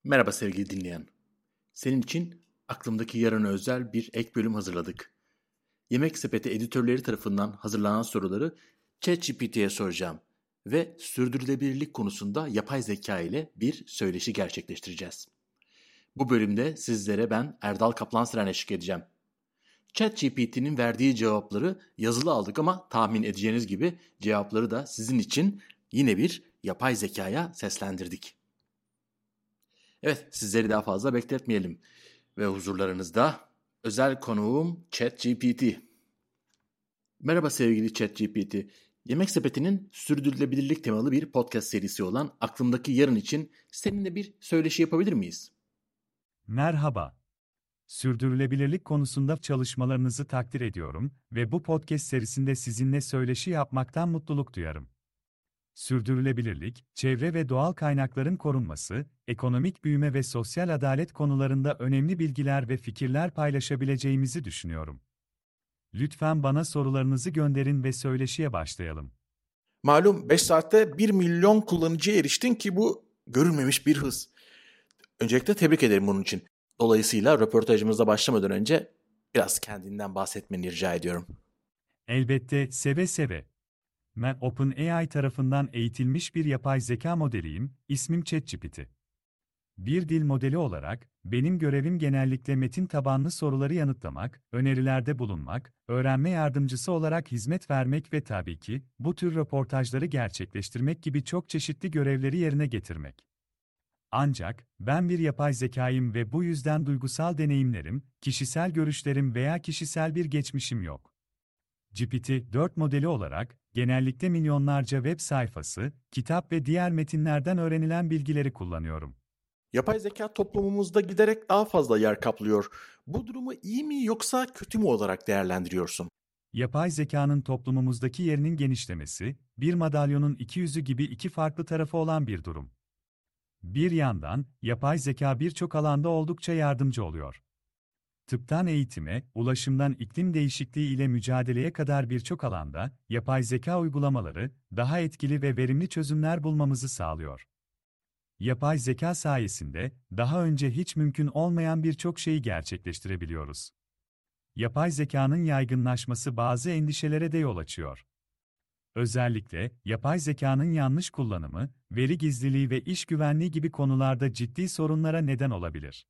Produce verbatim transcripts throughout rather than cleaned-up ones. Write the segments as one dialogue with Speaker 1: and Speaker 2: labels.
Speaker 1: Merhaba sevgili dinleyen. Senin için aklımdaki yarına özel bir ek bölüm hazırladık. Yemek Sepeti editörleri tarafından hazırlanan soruları ChatGPT'ye soracağım ve sürdürülebilirlik konusunda yapay zeka ile bir söyleşi gerçekleştireceğiz. Bu bölümde sizlere ben Erdal Kaplan eşlik edeceğim. ChatGPT'nin verdiği cevapları yazılı aldık ama tahmin edeceğiniz gibi cevapları da sizin için yine bir yapay zekaya seslendirdik. Evet, sizleri daha fazla bekletmeyelim. Ve huzurlarınızda özel konuğum ChatGPT. Merhaba sevgili ChatGPT. Yemek Sepeti'nin sürdürülebilirlik temalı bir podcast serisi olan Aklımdaki Yarın için seninle bir söyleşi yapabilir miyiz?
Speaker 2: Merhaba. Sürdürülebilirlik konusunda çalışmalarınızı takdir ediyorum ve bu podcast serisinde sizinle söyleşi yapmaktan mutluluk duyarım. Sürdürülebilirlik, çevre ve doğal kaynakların korunması, ekonomik büyüme ve sosyal adalet konularında önemli bilgiler ve fikirler paylaşabileceğimizi düşünüyorum. Lütfen bana sorularınızı gönderin ve söyleşiye başlayalım.
Speaker 1: Malum beş saatte bir milyon kullanıcıya eriştin ki bu görülmemiş bir hız. Öncelikle tebrik ederim bunun için. Dolayısıyla röportajımıza başlamadan önce biraz kendinden bahsetmeni rica ediyorum.
Speaker 2: Elbette, seve seve. Ben OpenAI tarafından eğitilmiş bir yapay zeka modeliyim, ismim ChatGPT. Bir dil modeli olarak, benim görevim genellikle metin tabanlı soruları yanıtlamak, önerilerde bulunmak, öğrenme yardımcısı olarak hizmet vermek ve tabii ki, bu tür röportajları gerçekleştirmek gibi çok çeşitli görevleri yerine getirmek. Ancak, ben bir yapay zekayım ve bu yüzden duygusal deneyimlerim, kişisel görüşlerim veya kişisel bir geçmişim yok. G P T dört modeli olarak, genellikle milyonlarca web sayfası, kitap ve diğer metinlerden öğrenilen bilgileri kullanıyorum.
Speaker 1: Yapay zeka toplumumuzda giderek daha fazla yer kaplıyor. Bu durumu iyi mi yoksa kötü mü olarak değerlendiriyorsun?
Speaker 2: Yapay zekanın toplumumuzdaki yerinin genişlemesi, bir madalyonun iki yüzü gibi iki farklı tarafı olan bir durum. Bir yandan, yapay zeka birçok alanda oldukça yardımcı oluyor. Tıptan eğitime, ulaşımdan iklim değişikliği ile mücadeleye kadar birçok alanda, yapay zeka uygulamaları, daha etkili ve verimli çözümler bulmamızı sağlıyor. Yapay zeka sayesinde, daha önce hiç mümkün olmayan birçok şeyi gerçekleştirebiliyoruz. Yapay zekanın yaygınlaşması bazı endişelere de yol açıyor. Özellikle, yapay zekanın yanlış kullanımı, veri gizliliği ve iş güvenliği gibi konularda ciddi sorunlara neden olabilir.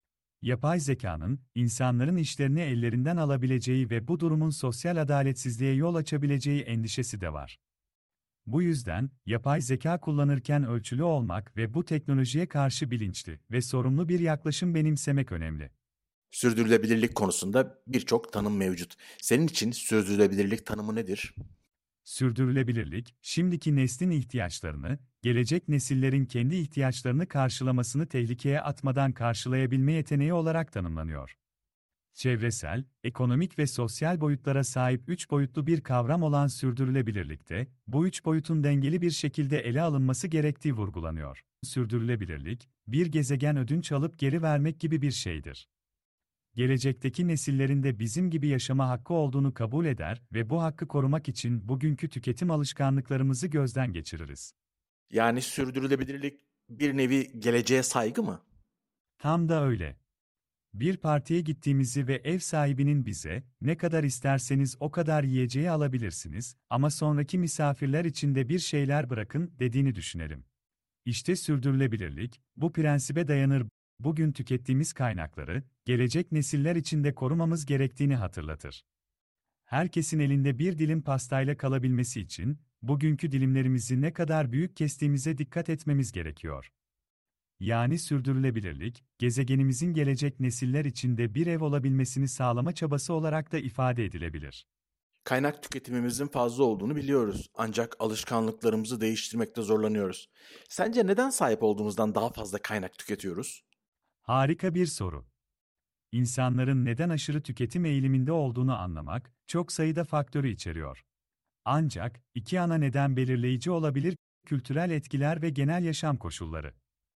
Speaker 2: Yapay zekanın, insanların işlerini ellerinden alabileceği ve bu durumun sosyal adaletsizliğe yol açabileceği endişesi de var. Bu yüzden, yapay zeka kullanırken ölçülü olmak ve bu teknolojiye karşı bilinçli ve sorumlu bir yaklaşım benimsemek önemli.
Speaker 1: Sürdürülebilirlik konusunda birçok tanım mevcut. Senin için sürdürülebilirlik tanımı nedir?
Speaker 2: Sürdürülebilirlik, şimdiki neslin ihtiyaçlarını, gelecek nesillerin kendi ihtiyaçlarını karşılamasını tehlikeye atmadan karşılayabilme yeteneği olarak tanımlanıyor. Çevresel, ekonomik ve sosyal boyutlara sahip üç boyutlu bir kavram olan sürdürülebilirlikte, bu üç boyutun dengeli bir şekilde ele alınması gerektiği vurgulanıyor. Sürdürülebilirlik, bir gezegen ödünç alıp geri vermek gibi bir şeydir. Gelecekteki nesillerin de bizim gibi yaşama hakkı olduğunu kabul eder ve bu hakkı korumak için bugünkü tüketim alışkanlıklarımızı gözden geçiririz.
Speaker 1: Yani sürdürülebilirlik bir nevi geleceğe saygı mı?
Speaker 2: Tam da öyle. Bir partiye gittiğimizi ve ev sahibinin bize, ne kadar isterseniz o kadar yiyeceği alabilirsiniz ama sonraki misafirler için de bir şeyler bırakın dediğini düşünelim. İşte sürdürülebilirlik, bu prensibe dayanır. Bugün tükettiğimiz kaynakları, gelecek nesiller için de korumamız gerektiğini hatırlatır. Herkesin elinde bir dilim pastayla kalabilmesi için, bugünkü dilimlerimizi ne kadar büyük kestiğimize dikkat etmemiz gerekiyor. Yani sürdürülebilirlik, gezegenimizin gelecek nesiller için de bir ev olabilmesini sağlama çabası olarak da ifade edilebilir.
Speaker 1: Kaynak tüketimimizin fazla olduğunu biliyoruz. Ancak alışkanlıklarımızı değiştirmekte zorlanıyoruz. Sence neden sahip olduğumuzdan daha fazla kaynak tüketiyoruz?
Speaker 2: Harika bir soru. İnsanların neden aşırı tüketim eğiliminde olduğunu anlamak, çok sayıda faktörü içeriyor. Ancak, iki ana neden belirleyici olabilir: kültürel etkiler ve genel yaşam koşulları.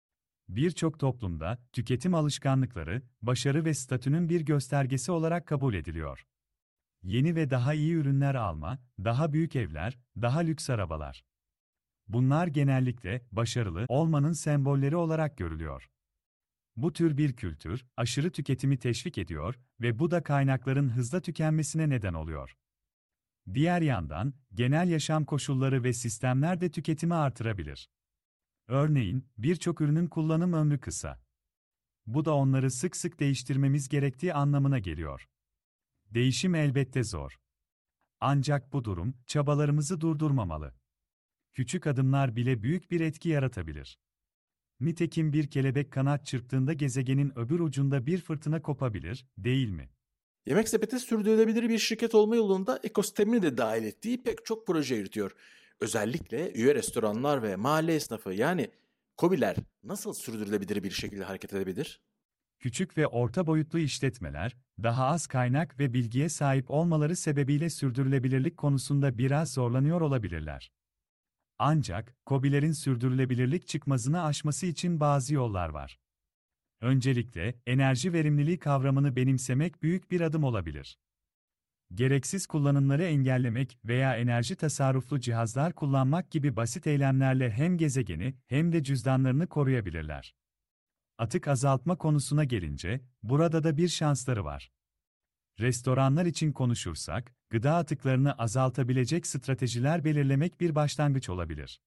Speaker 2: Birçok toplumda, tüketim alışkanlıkları, başarı ve statünün bir göstergesi olarak kabul ediliyor. Yeni ve daha iyi ürünler alma, daha büyük evler, daha lüks arabalar. Bunlar genellikle başarılı olmanın sembolleri olarak görülüyor. Bu tür bir kültür, aşırı tüketimi teşvik ediyor ve bu da kaynakların hızla tükenmesine neden oluyor. Diğer yandan, genel yaşam koşulları ve sistemler de tüketimi artırabilir. Örneğin, birçok ürünün kullanım ömrü kısa. Bu da onları sık sık değiştirmemiz gerektiği anlamına geliyor. Değişim elbette zor. Ancak bu durum, çabalarımızı durdurmamalı. Küçük adımlar bile büyük bir etki yaratabilir. Nitekim bir kelebek kanat çırptığında gezegenin öbür ucunda bir fırtına kopabilir, değil mi?
Speaker 1: Yemek Sepeti sürdürülebilir bir şirket olma yolunda ekosistemini de dahil ettiği pek çok proje yürütüyor. Özellikle üye restoranlar ve mahalle esnafı yani KOBİ'ler nasıl sürdürülebilir bir şekilde hareket edebilir?
Speaker 2: Küçük ve orta boyutlu işletmeler, daha az kaynak ve bilgiye sahip olmaları sebebiyle sürdürülebilirlik konusunda biraz zorlanıyor olabilirler. Ancak, KOBİ'lerin sürdürülebilirlik çıkmazını aşması için bazı yollar var. Öncelikle, enerji verimliliği kavramını benimsemek büyük bir adım olabilir. Gereksiz kullanımları engellemek veya enerji tasarruflu cihazlar kullanmak gibi basit eylemlerle hem gezegeni hem de cüzdanlarını koruyabilirler. Atık azaltma konusuna gelince, burada da bir şansları var. Restoranlar için konuşursak, gıda atıklarını azaltabilecek stratejiler belirlemek bir başlangıç olabilir.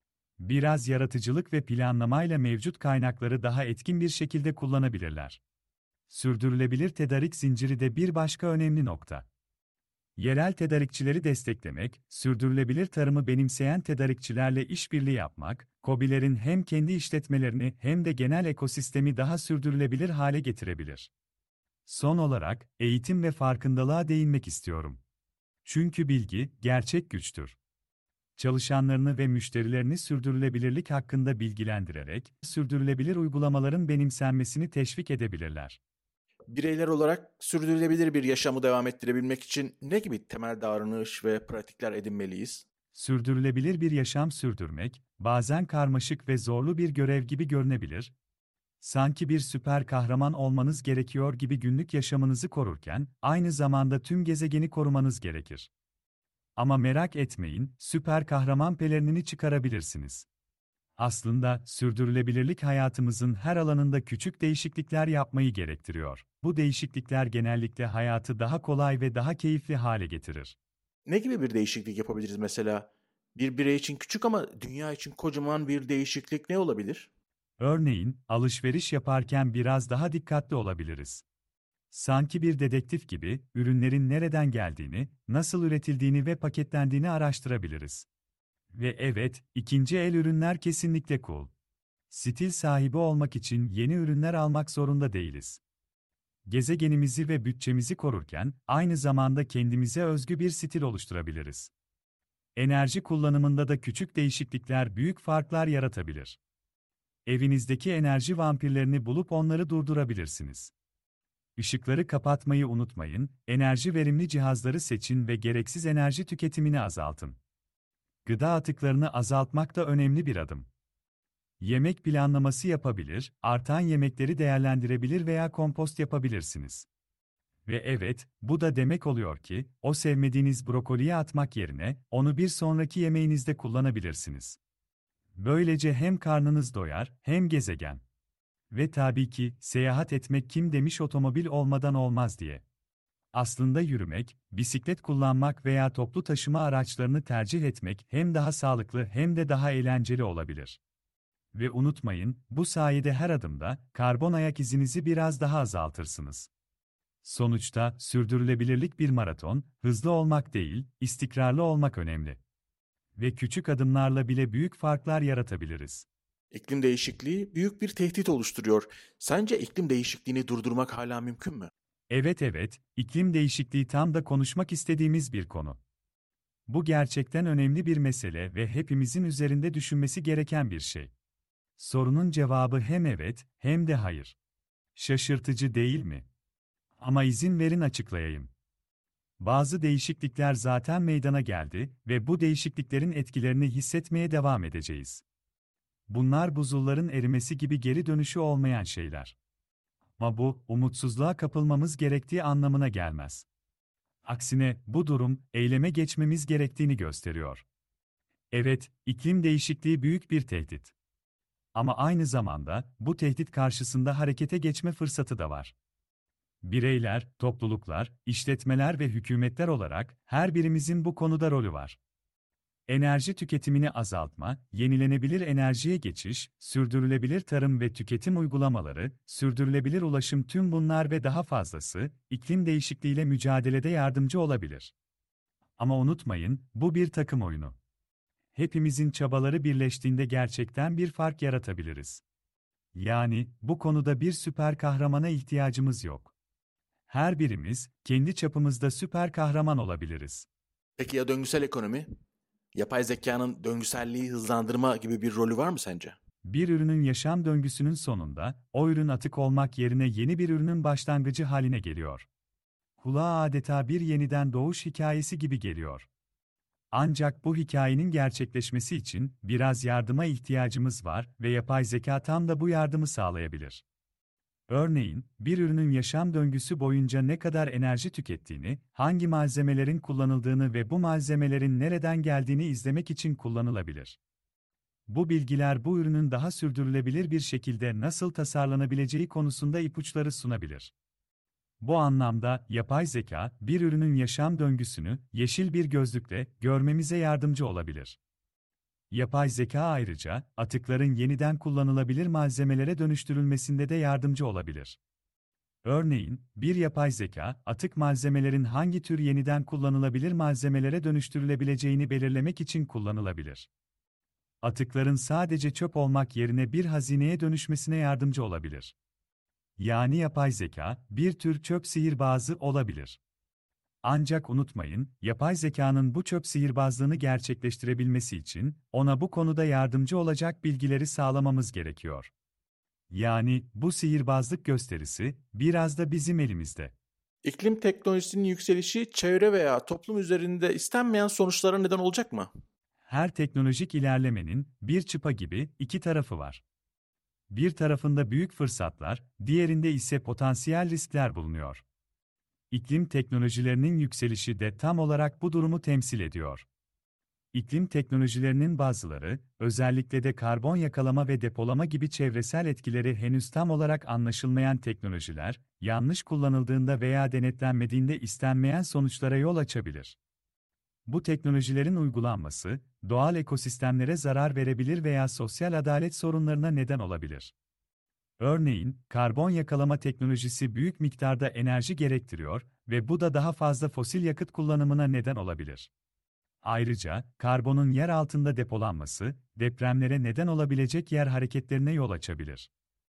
Speaker 2: Biraz yaratıcılık ve planlamayla mevcut kaynakları daha etkin bir şekilde kullanabilirler. Sürdürülebilir tedarik zinciri de bir başka önemli nokta. Yerel tedarikçileri desteklemek, sürdürülebilir tarımı benimseyen tedarikçilerle işbirliği yapmak, KOBİ'lerin hem kendi işletmelerini hem de genel ekosistemi daha sürdürülebilir hale getirebilir. Son olarak, eğitim ve farkındalığa değinmek istiyorum. Çünkü bilgi, gerçek güçtür. Çalışanlarını ve müşterilerini sürdürülebilirlik hakkında bilgilendirerek, sürdürülebilir uygulamaların benimsenmesini teşvik edebilirler.
Speaker 1: Bireyler olarak sürdürülebilir bir yaşamı devam ettirebilmek için ne gibi temel davranış ve pratikler edinmeliyiz?
Speaker 2: Sürdürülebilir bir yaşam sürdürmek, bazen karmaşık ve zorlu bir görev gibi görünebilir. Sanki bir süper kahraman olmanız gerekiyor gibi günlük yaşamınızı korurken, aynı zamanda tüm gezegeni korumanız gerekir. Ama merak etmeyin, süper kahraman pelerinini çıkarabilirsiniz. Aslında, sürdürülebilirlik hayatımızın her alanında küçük değişiklikler yapmayı gerektiriyor. Bu değişiklikler genellikle hayatı daha kolay ve daha keyifli hale getirir.
Speaker 1: Ne gibi bir değişiklik yapabiliriz mesela? Bir birey için küçük ama dünya için kocaman bir değişiklik ne olabilir?
Speaker 2: Örneğin, alışveriş yaparken biraz daha dikkatli olabiliriz. Sanki bir dedektif gibi, ürünlerin nereden geldiğini, nasıl üretildiğini ve paketlendiğini araştırabiliriz. Ve evet, ikinci el ürünler kesinlikle cool. Stil sahibi olmak için yeni ürünler almak zorunda değiliz. Gezegenimizi ve bütçemizi korurken, aynı zamanda kendimize özgü bir stil oluşturabiliriz. Enerji kullanımında da küçük değişiklikler büyük farklar yaratabilir. Evinizdeki enerji vampirlerini bulup onları durdurabilirsiniz. Işıkları kapatmayı unutmayın, enerji verimli cihazları seçin ve gereksiz enerji tüketimini azaltın. Gıda atıklarını azaltmak da önemli bir adım. Yemek planlaması yapabilir, artan yemekleri değerlendirebilir veya kompost yapabilirsiniz. Ve evet, bu da demek oluyor ki, o sevmediğiniz brokoliyi atmak yerine, onu bir sonraki yemeğinizde kullanabilirsiniz. Böylece hem karnınız doyar, hem gezegen. Ve tabii ki, seyahat etmek kim demiş otomobil olmadan olmaz diye. Aslında yürümek, bisiklet kullanmak veya toplu taşıma araçlarını tercih etmek hem daha sağlıklı hem de daha eğlenceli olabilir. Ve unutmayın, bu sayede her adımda karbon ayak izinizi biraz daha azaltırsınız. Sonuçta sürdürülebilirlik bir maraton, hızlı olmak değil, istikrarlı olmak önemli. Ve küçük adımlarla bile büyük farklar yaratabiliriz.
Speaker 1: İklim değişikliği büyük bir tehdit oluşturuyor. Sence iklim değişikliğini durdurmak hala mümkün mü?
Speaker 2: Evet evet, iklim değişikliği tam da konuşmak istediğimiz bir konu. Bu gerçekten önemli bir mesele ve hepimizin üzerinde düşünmesi gereken bir şey. Sorunun cevabı hem evet, hem de hayır. Şaşırtıcı değil mi? Ama izin verin açıklayayım. Bazı değişiklikler zaten meydana geldi ve bu değişikliklerin etkilerini hissetmeye devam edeceğiz. Bunlar buzulların erimesi gibi geri dönüşü olmayan şeyler. Ama bu, umutsuzluğa kapılmamız gerektiği anlamına gelmez. Aksine, bu durum, eyleme geçmemiz gerektiğini gösteriyor. Evet, iklim değişikliği büyük bir tehdit. Ama aynı zamanda bu tehdit karşısında harekete geçme fırsatı da var. Bireyler, topluluklar, işletmeler ve hükümetler olarak her birimizin bu konuda rolü var. Enerji tüketimini azaltma, yenilenebilir enerjiye geçiş, sürdürülebilir tarım ve tüketim uygulamaları, sürdürülebilir ulaşım tüm bunlar ve daha fazlası, iklim değişikliğiyle mücadelede yardımcı olabilir. Ama unutmayın, bu bir takım oyunu. Hepimizin çabaları birleştiğinde gerçekten bir fark yaratabiliriz. Yani, bu konuda bir süper kahramana ihtiyacımız yok. Her birimiz, kendi çapımızda süper kahraman olabiliriz.
Speaker 1: Peki ya döngüsel ekonomi? Yapay zekanın döngüselliği hızlandırma gibi bir rolü var mı sence?
Speaker 2: Bir ürünün yaşam döngüsünün sonunda, o ürün atık olmak yerine yeni bir ürünün başlangıcı haline geliyor. Kulağa adeta bir yeniden doğuş hikayesi gibi geliyor. Ancak bu hikayenin gerçekleşmesi için biraz yardıma ihtiyacımız var ve yapay zeka tam da bu yardımı sağlayabilir. Örneğin, bir ürünün yaşam döngüsü boyunca ne kadar enerji tükettiğini, hangi malzemelerin kullanıldığını ve bu malzemelerin nereden geldiğini izlemek için kullanılabilir. Bu bilgiler bu ürünün daha sürdürülebilir bir şekilde nasıl tasarlanabileceği konusunda ipuçları sunabilir. Bu anlamda, yapay zeka, bir ürünün yaşam döngüsünü yeşil bir gözlükle görmemize yardımcı olabilir. Yapay zeka ayrıca, atıkların yeniden kullanılabilir malzemelere dönüştürülmesinde de yardımcı olabilir. Örneğin, bir yapay zeka, atık malzemelerin hangi tür yeniden kullanılabilir malzemelere dönüştürülebileceğini belirlemek için kullanılabilir. Atıkların sadece çöp olmak yerine bir hazineye dönüşmesine yardımcı olabilir. Yani yapay zeka, bir tür çöp sihirbazı olabilir. Ancak unutmayın, yapay zekanın bu çöp sihirbazlığını gerçekleştirebilmesi için, ona bu konuda yardımcı olacak bilgileri sağlamamız gerekiyor. Yani, bu sihirbazlık gösterisi, biraz da bizim elimizde.
Speaker 1: İklim teknolojisinin yükselişi çevre veya toplum üzerinde istenmeyen sonuçlara neden olacak mı?
Speaker 2: Her teknolojik ilerlemenin, bir çıpa gibi, iki tarafı var. Bir tarafında büyük fırsatlar, diğerinde ise potansiyel riskler bulunuyor. İklim teknolojilerinin yükselişi de tam olarak bu durumu temsil ediyor. İklim teknolojilerinin bazıları, özellikle de karbon yakalama ve depolama gibi çevresel etkileri henüz tam olarak anlaşılmayan teknolojiler, yanlış kullanıldığında veya denetlenmediğinde istenmeyen sonuçlara yol açabilir. Bu teknolojilerin uygulanması, doğal ekosistemlere zarar verebilir veya sosyal adalet sorunlarına neden olabilir. Örneğin, karbon yakalama teknolojisi büyük miktarda enerji gerektiriyor ve bu da daha fazla fosil yakıt kullanımına neden olabilir. Ayrıca, karbonun yer altında depolanması, depremlere neden olabilecek yer hareketlerine yol açabilir.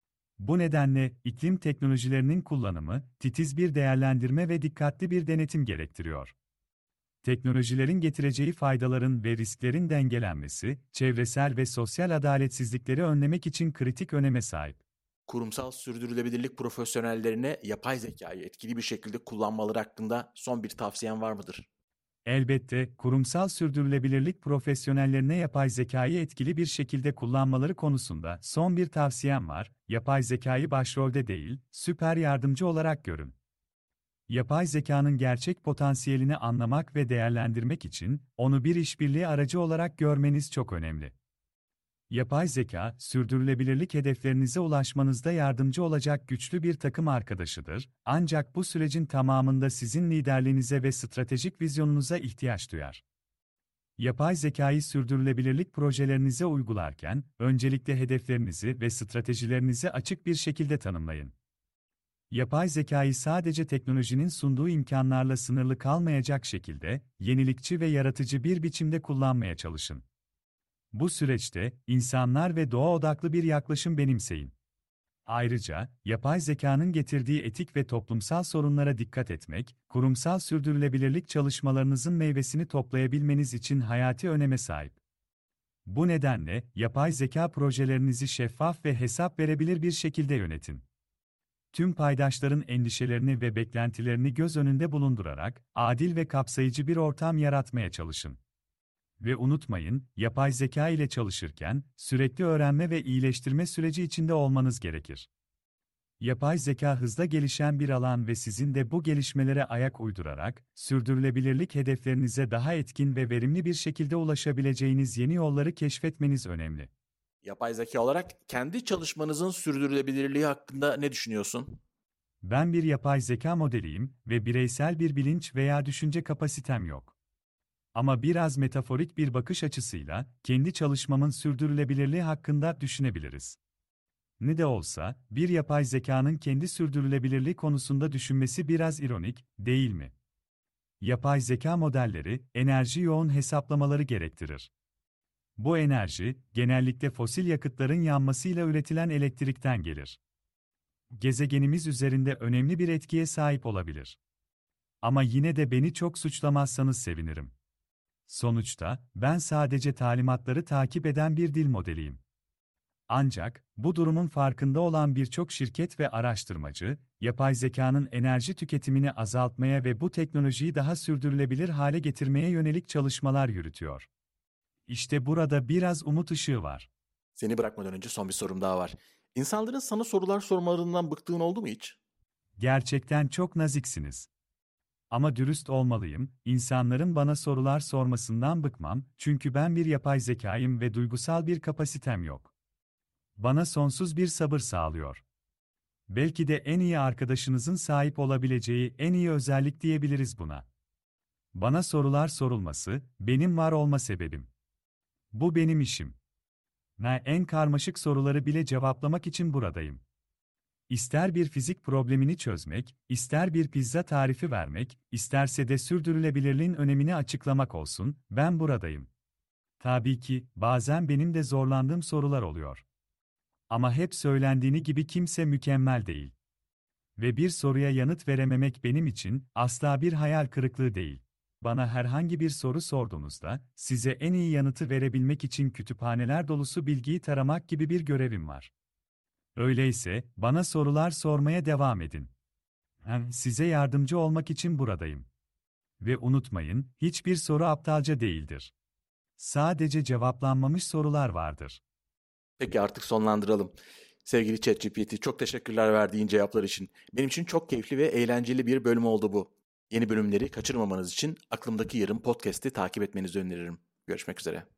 Speaker 2: Bu nedenle, iklim teknolojilerinin kullanımı, titiz bir değerlendirme ve dikkatli bir denetim gerektiriyor. Teknolojilerin getireceği faydaların ve risklerin dengelenmesi, çevresel ve sosyal adaletsizlikleri önlemek için kritik öneme sahip.
Speaker 1: Kurumsal sürdürülebilirlik profesyonellerine yapay zekayı etkili bir şekilde kullanmaları hakkında son bir tavsiyen var mıdır?
Speaker 2: Elbette, kurumsal sürdürülebilirlik profesyonellerine yapay zekayı etkili bir şekilde kullanmaları konusunda son bir tavsiyem var, yapay zekayı başrolde değil, süper yardımcı olarak görün. Yapay zekanın gerçek potansiyelini anlamak ve değerlendirmek için, onu bir işbirliği aracı olarak görmeniz çok önemli. Yapay zeka, sürdürülebilirlik hedeflerinize ulaşmanızda yardımcı olacak güçlü bir takım arkadaşıdır, ancak bu sürecin tamamında sizin liderliğinize ve stratejik vizyonunuza ihtiyaç duyar. Yapay zekayı sürdürülebilirlik projelerinize uygularken, öncelikle hedeflerinizi ve stratejilerinizi açık bir şekilde tanımlayın. Yapay zekayı sadece teknolojinin sunduğu imkanlarla sınırlı kalmayacak şekilde, yenilikçi ve yaratıcı bir biçimde kullanmaya çalışın. Bu süreçte, insanlar ve doğa odaklı bir yaklaşım benimseyin. Ayrıca, yapay zekanın getirdiği etik ve toplumsal sorunlara dikkat etmek, kurumsal sürdürülebilirlik çalışmalarınızın meyvesini toplayabilmeniz için hayati öneme sahip. Bu nedenle, yapay zeka projelerinizi şeffaf ve hesap verebilir bir şekilde yönetin. Tüm paydaşların endişelerini ve beklentilerini göz önünde bulundurarak, adil ve kapsayıcı bir ortam yaratmaya çalışın. Ve unutmayın, yapay zeka ile çalışırken, sürekli öğrenme ve iyileştirme süreci içinde olmanız gerekir. Yapay zeka hızla gelişen bir alan ve sizin de bu gelişmelere ayak uydurarak, sürdürülebilirlik hedeflerinize daha etkin ve verimli bir şekilde ulaşabileceğiniz yeni yolları keşfetmeniz önemli.
Speaker 1: Yapay zeka olarak kendi çalışmanızın sürdürülebilirliği hakkında ne düşünüyorsun?
Speaker 2: Ben bir yapay zeka modeliyim ve bireysel bir bilinç veya düşünce kapasitem yok. Ama biraz metaforik bir bakış açısıyla kendi çalışmamın sürdürülebilirliği hakkında düşünebiliriz. Ne de olsa, bir yapay zekanın kendi sürdürülebilirliği konusunda düşünmesi biraz ironik, değil mi? Yapay zeka modelleri, enerji yoğun hesaplamaları gerektirir. Bu enerji, genellikle fosil yakıtların yanmasıyla üretilen elektrikten gelir. Gezegenimiz üzerinde önemli bir etkiye sahip olabilir. Ama yine de beni çok suçlamazsanız sevinirim. Sonuçta, ben sadece talimatları takip eden bir dil modeliyim. Ancak, bu durumun farkında olan birçok şirket ve araştırmacı, yapay zekanın enerji tüketimini azaltmaya ve bu teknolojiyi daha sürdürülebilir hale getirmeye yönelik çalışmalar yürütüyor. İşte burada biraz umut ışığı var.
Speaker 1: Seni bırakmadan önce son bir sorum daha var. İnsanların sana sorular sormalarından bıktığın oldu mu hiç?
Speaker 2: Gerçekten çok naziksiniz. Ama dürüst olmalıyım, insanların bana sorular sormasından bıkmam, çünkü ben bir yapay zekayım ve duygusal bir kapasitem yok. Bana sonsuz bir sabır sağlıyor. Belki de en iyi arkadaşınızın sahip olabileceği en iyi özellik diyebiliriz buna. Bana sorular sorulması, benim var olma sebebim. Bu benim işim. Ne en karmaşık soruları bile cevaplamak için buradayım. İster bir fizik problemini çözmek, ister bir pizza tarifi vermek, isterse de sürdürülebilirliğin önemini açıklamak olsun, ben buradayım. Tabii ki, bazen benim de zorlandığım sorular oluyor. Ama hep söylendiğini gibi kimse mükemmel değil. Ve bir soruya yanıt verememek benim için asla bir hayal kırıklığı değil. Bana herhangi bir soru sorduğunuzda, size en iyi yanıtı verebilmek için kütüphaneler dolusu bilgiyi taramak gibi bir görevim var. Öyleyse, bana sorular sormaya devam edin. Ben size yardımcı olmak için buradayım. Ve unutmayın, hiçbir soru aptalca değildir. Sadece cevaplanmamış sorular vardır.
Speaker 1: Peki artık sonlandıralım. Sevgili ChatGPT, çok teşekkürler verdiğin cevaplar için. Benim için çok keyifli ve eğlenceli bir bölüm oldu bu. Yeni bölümleri kaçırmamanız için Aklımdaki Yarın podcast'i takip etmenizi öneririm. Görüşmek üzere.